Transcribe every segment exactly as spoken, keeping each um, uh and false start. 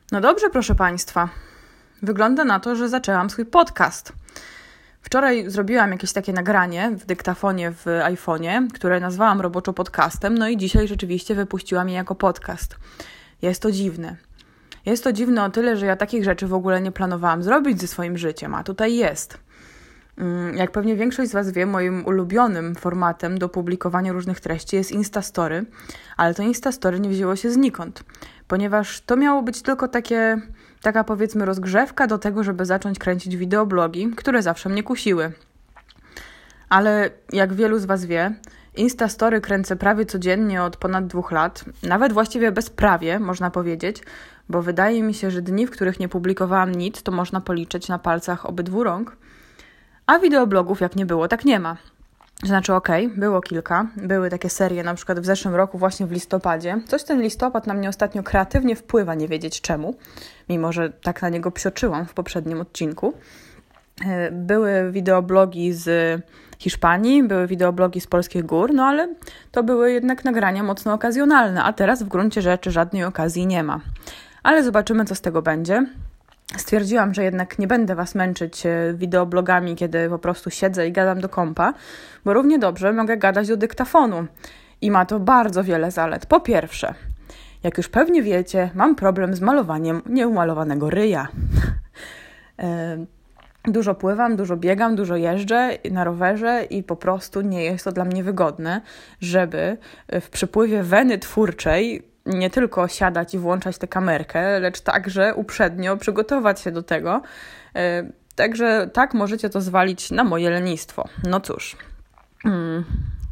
No dobrze, proszę Państwa. Wygląda na to, że zaczęłam swój podcast. Wczoraj zrobiłam jakieś takie nagranie w dyktafonie w iPhone'ie, które nazwałam roboczo podcastem, no i dzisiaj rzeczywiście wypuściłam je jako podcast. Jest to dziwne. Jest to dziwne o tyle, że ja takich rzeczy w ogóle nie planowałam zrobić ze swoim życiem, a tutaj jest. Jak pewnie większość z Was wie, moim ulubionym formatem do publikowania różnych treści jest Instastory, ale to Instastory nie wzięło się znikąd, ponieważ to miało być tylko takie, taka powiedzmy rozgrzewka do tego, żeby zacząć kręcić wideoblogi, które zawsze mnie kusiły. Ale jak wielu z Was wie, Instastory kręcę prawie codziennie od ponad dwóch lat, nawet właściwie bezprawie, można powiedzieć, bo wydaje mi się, że dni, w których nie publikowałam nic, to można policzyć na palcach obydwu rąk. A wideoblogów jak nie było, tak nie ma. Znaczy okej, okay, było kilka. Były takie serie, na przykład w zeszłym roku, właśnie w listopadzie. Coś ten listopad na mnie ostatnio kreatywnie wpływa, nie wiedzieć czemu. Mimo że tak na niego psioczyłam w poprzednim odcinku. Były wideoblogi z Hiszpanii, były wideoblogi z polskich gór, no ale to były jednak nagrania mocno okazjonalne, a teraz w gruncie rzeczy żadnej okazji nie ma. Ale zobaczymy, co z tego będzie. Stwierdziłam, że jednak nie będę Was męczyć wideoblogami, kiedy po prostu siedzę i gadam do kompa, bo równie dobrze mogę gadać do dyktafonu. I ma to bardzo wiele zalet. Po pierwsze, jak już pewnie wiecie, mam problem z malowaniem nieumalowanego ryja. Dużo pływam, dużo biegam, dużo jeżdżę na rowerze i po prostu nie jest to dla mnie wygodne, żeby w przypływie weny twórczej nie tylko siadać i włączać tę kamerkę, lecz także uprzednio przygotować się do tego. Także tak możecie to zwalić na moje lenistwo. No cóż. Hmm.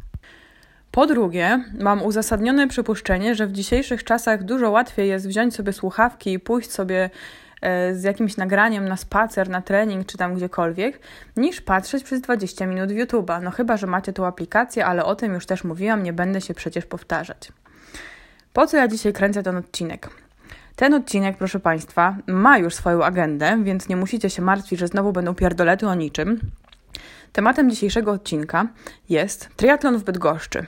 Po drugie, mam uzasadnione przypuszczenie, że w dzisiejszych czasach dużo łatwiej jest wziąć sobie słuchawki i pójść sobie z jakimś nagraniem na spacer, na trening czy tam gdziekolwiek, niż patrzeć przez dwadzieścia minut w YouTube'a. No chyba, że macie tą aplikację, ale o tym już też mówiłam, nie będę się przecież powtarzać. Po co ja dzisiaj kręcę ten odcinek? Ten odcinek, proszę Państwa, ma już swoją agendę, więc nie musicie się martwić, że znowu będą pierdolety o niczym. Tematem dzisiejszego odcinka jest triatlon w Bydgoszczy.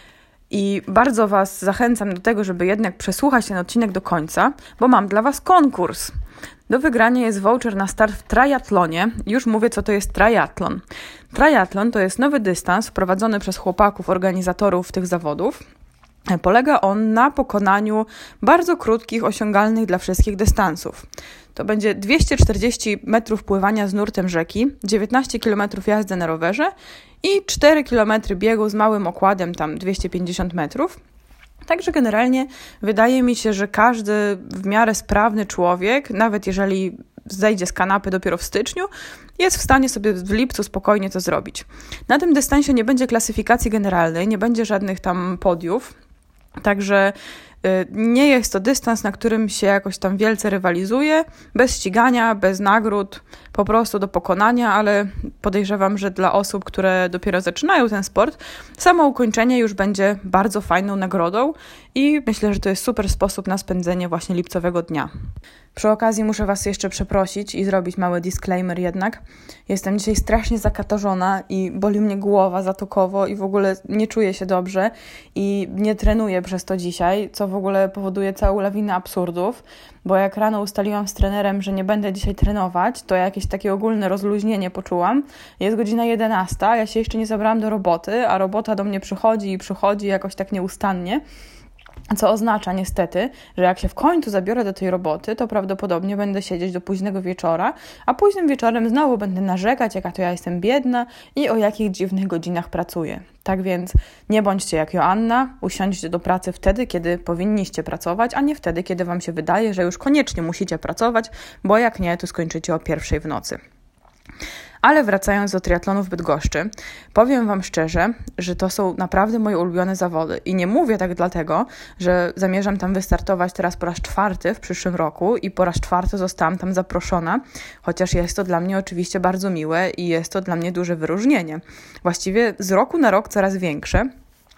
I bardzo Was zachęcam do tego, żeby jednak przesłuchać ten odcinek do końca, bo mam dla Was konkurs. Do wygrania jest voucher na start w triatlonie. Już mówię, co to jest triatlon. Triatlon to jest nowy dystans wprowadzony przez chłopaków, organizatorów tych zawodów. Polega on na pokonaniu bardzo krótkich, osiągalnych dla wszystkich dystansów. To będzie dwieście czterdzieści metrów pływania z nurtem rzeki, dziewiętnaście kilometrów jazdy na rowerze i cztery kilometry biegu z małym okładem, tam dwieście pięćdziesiąt metrów. Także generalnie wydaje mi się, że każdy w miarę sprawny człowiek, nawet jeżeli zejdzie z kanapy dopiero w styczniu, jest w stanie sobie w lipcu spokojnie to zrobić. Na tym dystansie nie będzie klasyfikacji generalnej, nie będzie żadnych tam podiów. Także nie jest to dystans, na którym się jakoś tam wielce rywalizuje, bez ścigania, bez nagród, po prostu do pokonania, ale podejrzewam, że dla osób, które dopiero zaczynają ten sport, samo ukończenie już będzie bardzo fajną nagrodą i myślę, że to jest super sposób na spędzenie właśnie lipcowego dnia. Przy okazji muszę Was jeszcze przeprosić i zrobić mały disclaimer jednak. Jestem dzisiaj strasznie zakatarzona i boli mnie głowa zatokowo i w ogóle nie czuję się dobrze i nie trenuję przez to dzisiaj, co w ogóle powoduje całą lawinę absurdów, bo jak rano ustaliłam z trenerem, że nie będę dzisiaj trenować, to jakieś takie ogólne rozluźnienie poczułam. Jest godzina jedenasta, ja się jeszcze nie zabrałam do roboty, a robota do mnie przychodzi i przychodzi jakoś tak nieustannie. Co oznacza niestety, że jak się w końcu zabiorę do tej roboty, to prawdopodobnie będę siedzieć do późnego wieczora, a późnym wieczorem znowu będę narzekać, jaka to ja jestem biedna i o jakich dziwnych godzinach pracuję. Tak więc nie bądźcie jak Joanna, usiądźcie do pracy wtedy, kiedy powinniście pracować, a nie wtedy, kiedy Wam się wydaje, że już koniecznie musicie pracować, bo jak nie, to skończycie o pierwszej w nocy. Ale wracając do triatlonu w Bydgoszczy, powiem Wam szczerze, że to są naprawdę moje ulubione zawody. I nie mówię tak dlatego, że zamierzam tam wystartować teraz po raz czwarty w przyszłym roku i po raz czwarty zostałam tam zaproszona, chociaż jest to dla mnie oczywiście bardzo miłe i jest to dla mnie duże wyróżnienie. Właściwie z roku na rok coraz większe.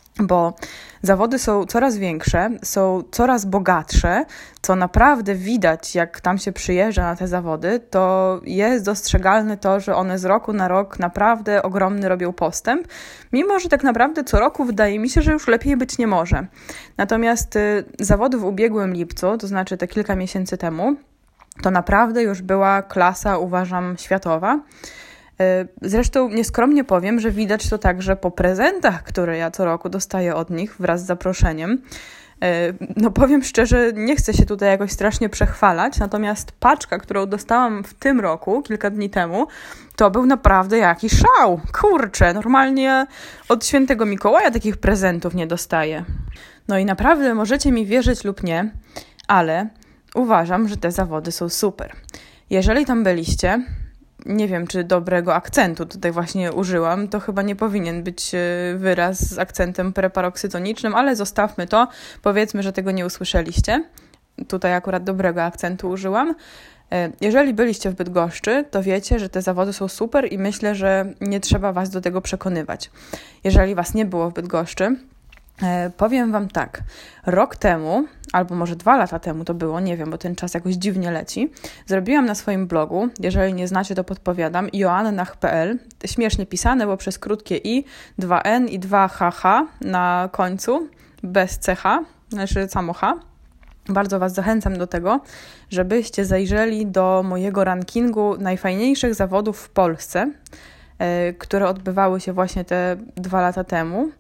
bo zawody są coraz większe, są coraz bogatsze, co naprawdę widać, jak tam się przyjeżdża na te zawody, to jest dostrzegalne to, że one z roku na rok naprawdę ogromny robią postęp, mimo że tak naprawdę co roku wydaje mi się, że już lepiej być nie może. Natomiast y, zawody w ubiegłym lipcu, to znaczy te kilka miesięcy temu, to naprawdę już była klasa, uważam, światowa. Zresztą nieskromnie powiem, że widać to także po prezentach, które ja co roku dostaję od nich wraz z zaproszeniem. No powiem szczerze, nie chcę się tutaj jakoś strasznie przechwalać, natomiast paczka, którą dostałam w tym roku, kilka dni temu, to był naprawdę jakiś szał. Kurczę, normalnie od świętego Mikołaja takich prezentów nie dostaję. No i naprawdę możecie mi wierzyć lub nie, ale uważam, że te zawody są super. Jeżeli tam byliście, nie wiem, czy dobrego akcentu tutaj właśnie użyłam, to chyba nie powinien być wyraz z akcentem preparoksytonicznym, ale zostawmy to, powiedzmy, że tego nie usłyszeliście. Tutaj akurat dobrego akcentu użyłam. Jeżeli byliście w Bydgoszczy, to wiecie, że te zawody są super i myślę, że nie trzeba was do tego przekonywać. Jeżeli was nie było w Bydgoszczy, powiem wam tak, rok temu, albo może dwa lata temu to było, nie wiem, bo ten czas jakoś dziwnie leci, zrobiłam na swoim blogu, jeżeli nie znacie, to podpowiadam, joannach kropka p l, śmiesznie pisane, bo przez krótkie i, dwa n i dwa h h na końcu, bez ch, znaczy samo h. Bardzo was zachęcam do tego, żebyście zajrzeli do mojego rankingu najfajniejszych zawodów w Polsce, które odbywały się właśnie te dwa lata temu.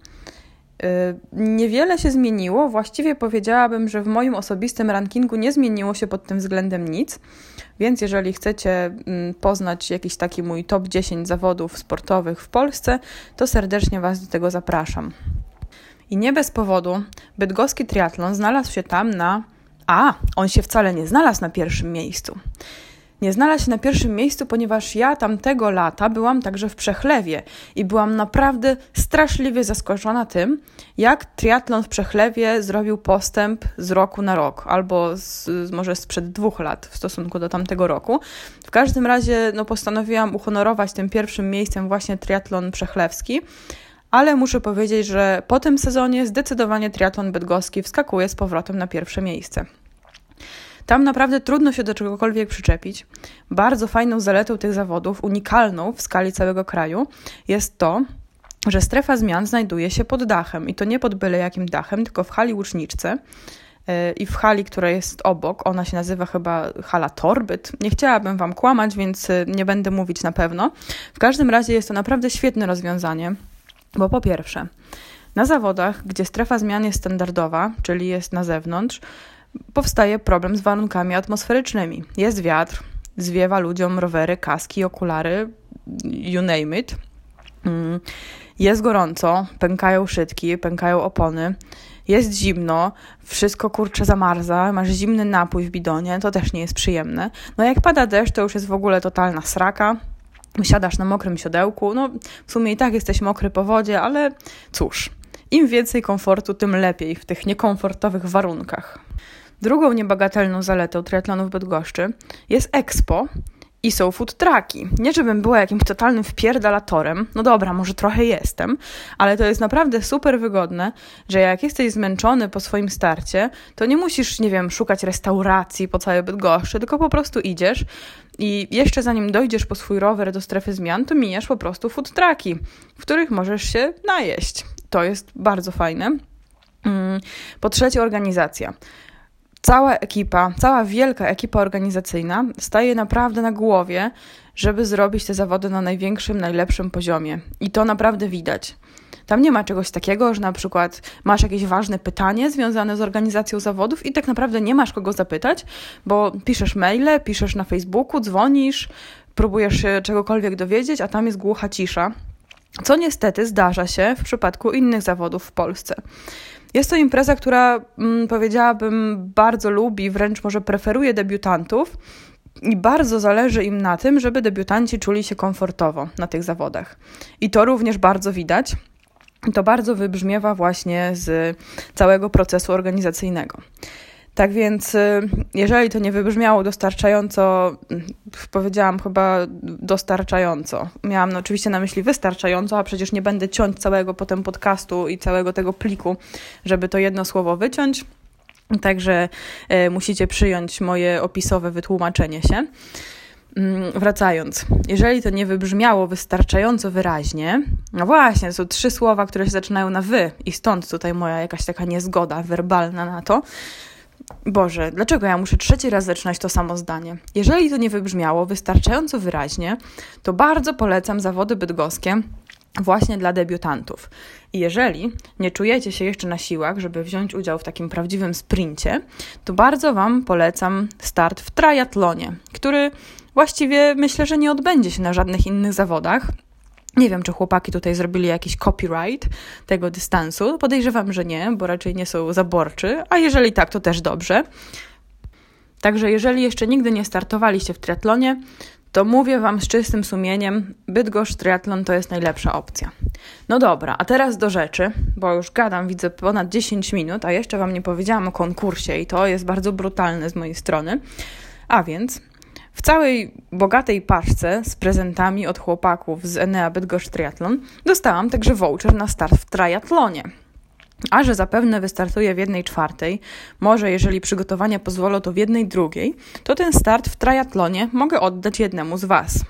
Niewiele się zmieniło, właściwie powiedziałabym, że w moim osobistym rankingu nie zmieniło się pod tym względem nic, więc jeżeli chcecie poznać jakiś taki mój top dziesięć zawodów sportowych w Polsce, to serdecznie was do tego zapraszam. I nie bez powodu bydgoski triatlon znalazł się tam na... A, on się wcale nie znalazł na pierwszym miejscu. Nie znalazł się na pierwszym miejscu, ponieważ ja tamtego lata byłam także w Przechlewie i byłam naprawdę straszliwie zaskoczona tym, jak triatlon w Przechlewie zrobił postęp z roku na rok, albo z, może sprzed dwóch lat w stosunku do tamtego roku. W każdym razie no, postanowiłam uhonorować tym pierwszym miejscem właśnie triatlon przechlewski, ale muszę powiedzieć, że po tym sezonie zdecydowanie triatlon bydgoski wskakuje z powrotem na pierwsze miejsce. Tam naprawdę trudno się do czegokolwiek przyczepić. Bardzo fajną zaletą tych zawodów, unikalną w skali całego kraju, jest to, że strefa zmian znajduje się pod dachem. I to nie pod byle jakim dachem, tylko w hali łuczniczce i w hali, która jest obok. Ona się nazywa chyba hala Torbyt. Nie chciałabym wam kłamać, więc nie będę mówić na pewno. W każdym razie jest to naprawdę świetne rozwiązanie, bo po pierwsze, na zawodach, gdzie strefa zmian jest standardowa, czyli jest na zewnątrz, powstaje problem z warunkami atmosferycznymi. Jest wiatr, zwiewa ludziom rowery, kaski, okulary, you name it. Jest gorąco, pękają szytki, pękają opony, jest zimno, wszystko kurczę zamarza, masz zimny napój w bidonie, to też nie jest przyjemne. No jak pada deszcz, to już jest w ogóle totalna sraka. Siadasz na mokrym siodełku, no w sumie i tak jesteś mokry po wodzie, ale cóż, im więcej komfortu, tym lepiej w tych niekomfortowych warunkach. Drugą niebagatelną zaletą triatlonu w Bydgoszczy jest Expo i są food trucki. Nie żebym była jakimś totalnym wpierdalatorem, no dobra, może trochę jestem, ale to jest naprawdę super wygodne, że jak jesteś zmęczony po swoim starcie, to nie musisz, nie wiem, szukać restauracji po całej Bydgoszczy, tylko po prostu idziesz i jeszcze zanim dojdziesz po swój rower do strefy zmian, to mijasz po prostu food trucki, w których możesz się najeść. To jest bardzo fajne. Po trzecie, organizacja. Cała ekipa, cała wielka ekipa organizacyjna staje naprawdę na głowie, żeby zrobić te zawody na największym, najlepszym poziomie. I to naprawdę widać. Tam nie ma czegoś takiego, że na przykład masz jakieś ważne pytanie związane z organizacją zawodów i tak naprawdę nie masz kogo zapytać, bo piszesz maile, piszesz na Facebooku, dzwonisz, próbujesz się czegokolwiek dowiedzieć, a tam jest głucha cisza, co niestety zdarza się w przypadku innych zawodów w Polsce. Jest to impreza, która mm, powiedziałabym bardzo lubi, wręcz może preferuje debiutantów i bardzo zależy im na tym, żeby debiutanci czuli się komfortowo na tych zawodach. I to również bardzo widać. To bardzo wybrzmiewa właśnie z całego procesu organizacyjnego. Tak więc jeżeli to nie wybrzmiało dostarczająco, powiedziałam chyba dostarczająco, miałam no oczywiście na myśli wystarczająco, a przecież nie będę ciąć całego potem podcastu i całego tego pliku, żeby to jedno słowo wyciąć, także e, musicie przyjąć moje opisowe wytłumaczenie się. Wracając, jeżeli to nie wybrzmiało wystarczająco wyraźnie, no właśnie, to są trzy słowa, które się zaczynają na wy i stąd tutaj moja jakaś taka niezgoda werbalna na to. Boże, dlaczego ja muszę trzeci raz zaczynać to samo zdanie? Jeżeli to nie wybrzmiało wystarczająco wyraźnie, to bardzo polecam zawody bydgoskie właśnie dla debiutantów. I jeżeli nie czujecie się jeszcze na siłach, żeby wziąć udział w takim prawdziwym sprincie, to bardzo Wam polecam start w triatlonie, który właściwie myślę, że nie odbędzie się na żadnych innych zawodach. Nie wiem, czy chłopaki tutaj zrobili jakiś copyright tego dystansu. Podejrzewam, że nie, bo raczej nie są zaborczy, a jeżeli tak, to też dobrze. Także jeżeli jeszcze nigdy nie startowaliście w triatlonie, to mówię Wam z czystym sumieniem, Bydgoszcz Triathlon to jest najlepsza opcja. No dobra, a teraz do rzeczy, bo już gadam, widzę ponad dziesięć minut, a jeszcze Wam nie powiedziałam o konkursie i to jest bardzo brutalne z mojej strony. A więc w całej bogatej paczce z prezentami od chłopaków z Enea Bydgoszcz Triathlon dostałam także voucher na start w triatlonie. A że zapewne wystartuję w jednej czwartej, może jeżeli przygotowania pozwolą, to w jednej drugiej, to ten start w triatlonie mogę oddać jednemu z Was.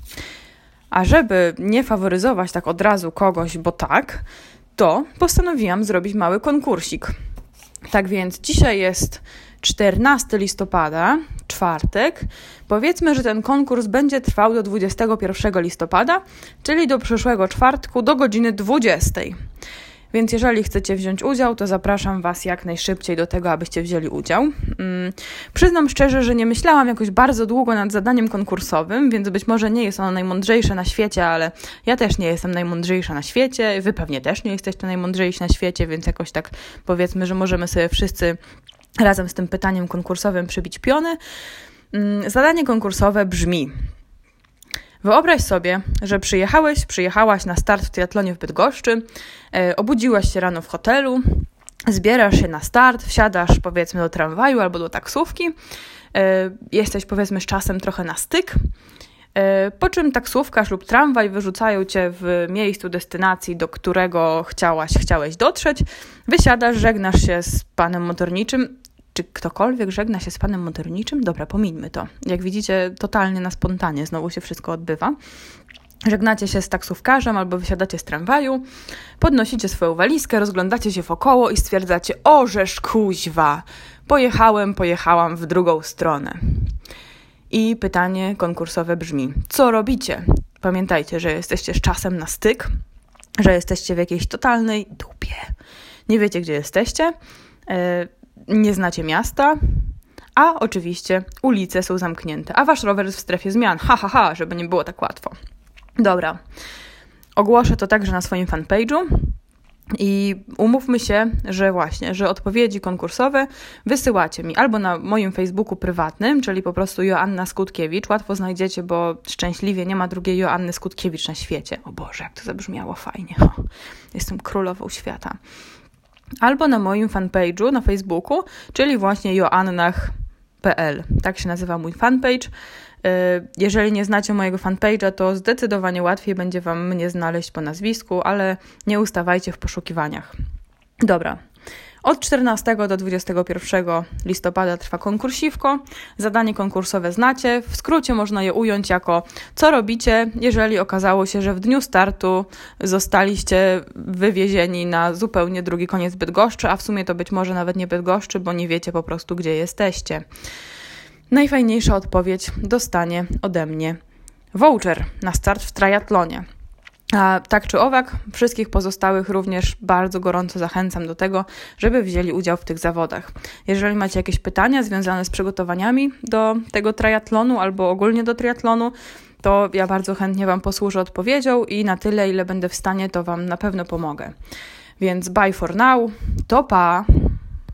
A żeby nie faworyzować tak od razu kogoś, bo tak, to postanowiłam zrobić mały konkursik. Tak więc dzisiaj jest czternastego listopada, czwartek. Powiedzmy, że ten konkurs będzie trwał do dwudziestego pierwszego listopada, czyli do przyszłego czwartku do godziny dwudziestej. Więc jeżeli chcecie wziąć udział, to zapraszam Was jak najszybciej do tego, abyście wzięli udział. Hmm. Przyznam szczerze, że nie myślałam jakoś bardzo długo nad zadaniem konkursowym, więc być może nie jest ono najmądrzejsze na świecie, ale ja też nie jestem najmądrzejsza na świecie, Wy pewnie też nie jesteście najmądrzejsi na świecie, więc jakoś tak powiedzmy, że możemy sobie wszyscy razem z tym pytaniem konkursowym przybić piony. Hmm. Zadanie konkursowe brzmi: wyobraź sobie, że przyjechałeś, przyjechałaś na start w triatlonie w Bydgoszczy, e, obudziłaś się rano w hotelu, zbierasz się na start, wsiadasz powiedzmy do tramwaju albo do taksówki, e, jesteś powiedzmy z czasem trochę na styk, e, po czym taksówkarz lub tramwaj wyrzucają Cię w miejscu destynacji, do którego chciałaś, chciałeś dotrzeć, wysiadasz, żegnasz się z panem motorniczym. Czy ktokolwiek żegna się z panem motorniczym? Dobra, pomińmy to. Jak widzicie, totalnie na spontanie znowu się wszystko odbywa. Żegnacie się z taksówkarzem albo wysiadacie z tramwaju, podnosicie swoją walizkę, rozglądacie się wokoło i stwierdzacie: ożesz kuźwa, pojechałem, pojechałam w drugą stronę. I pytanie konkursowe brzmi: co robicie? Pamiętajcie, że jesteście z czasem na styk, że jesteście w jakiejś totalnej dupie. Nie wiecie, gdzie jesteście, yy, nie znacie miasta, a oczywiście ulice są zamknięte, a wasz rower jest w strefie zmian. Ha, ha, ha, żeby nie było tak łatwo. Dobra, ogłoszę to także na swoim fanpage'u i umówmy się, że właśnie, że odpowiedzi konkursowe wysyłacie mi albo na moim Facebooku prywatnym, czyli po prostu Joanna Skutkiewicz. Łatwo znajdziecie, bo szczęśliwie nie ma drugiej Joanny Skutkiewicz na świecie. O Boże, jak to zabrzmiało fajnie. O, jestem królową świata. Albo na moim fanpage'u na Facebooku, czyli właśnie joannach kropka p l. Tak się nazywa mój fanpage. Jeżeli nie znacie mojego fanpage'a, to zdecydowanie łatwiej będzie Wam mnie znaleźć po nazwisku, ale nie ustawajcie w poszukiwaniach. Dobra. Od czternastego do dwudziestego pierwszego listopada trwa konkursiwko. Zadanie konkursowe znacie. W skrócie można je ująć jako: co robicie, jeżeli okazało się, że w dniu startu zostaliście wywiezieni na zupełnie drugi koniec Bydgoszczy, a w sumie to być może nawet nie Bydgoszczy, bo nie wiecie po prostu, gdzie jesteście. Najfajniejsza odpowiedź dostanie ode mnie voucher na start w triatlonie. A tak czy owak, wszystkich pozostałych również bardzo gorąco zachęcam do tego, żeby wzięli udział w tych zawodach. Jeżeli macie jakieś pytania związane z przygotowaniami do tego triatlonu albo ogólnie do triatlonu, to ja bardzo chętnie Wam posłużę odpowiedzią i na tyle, ile będę w stanie, to Wam na pewno pomogę. Więc bye for now, to pa!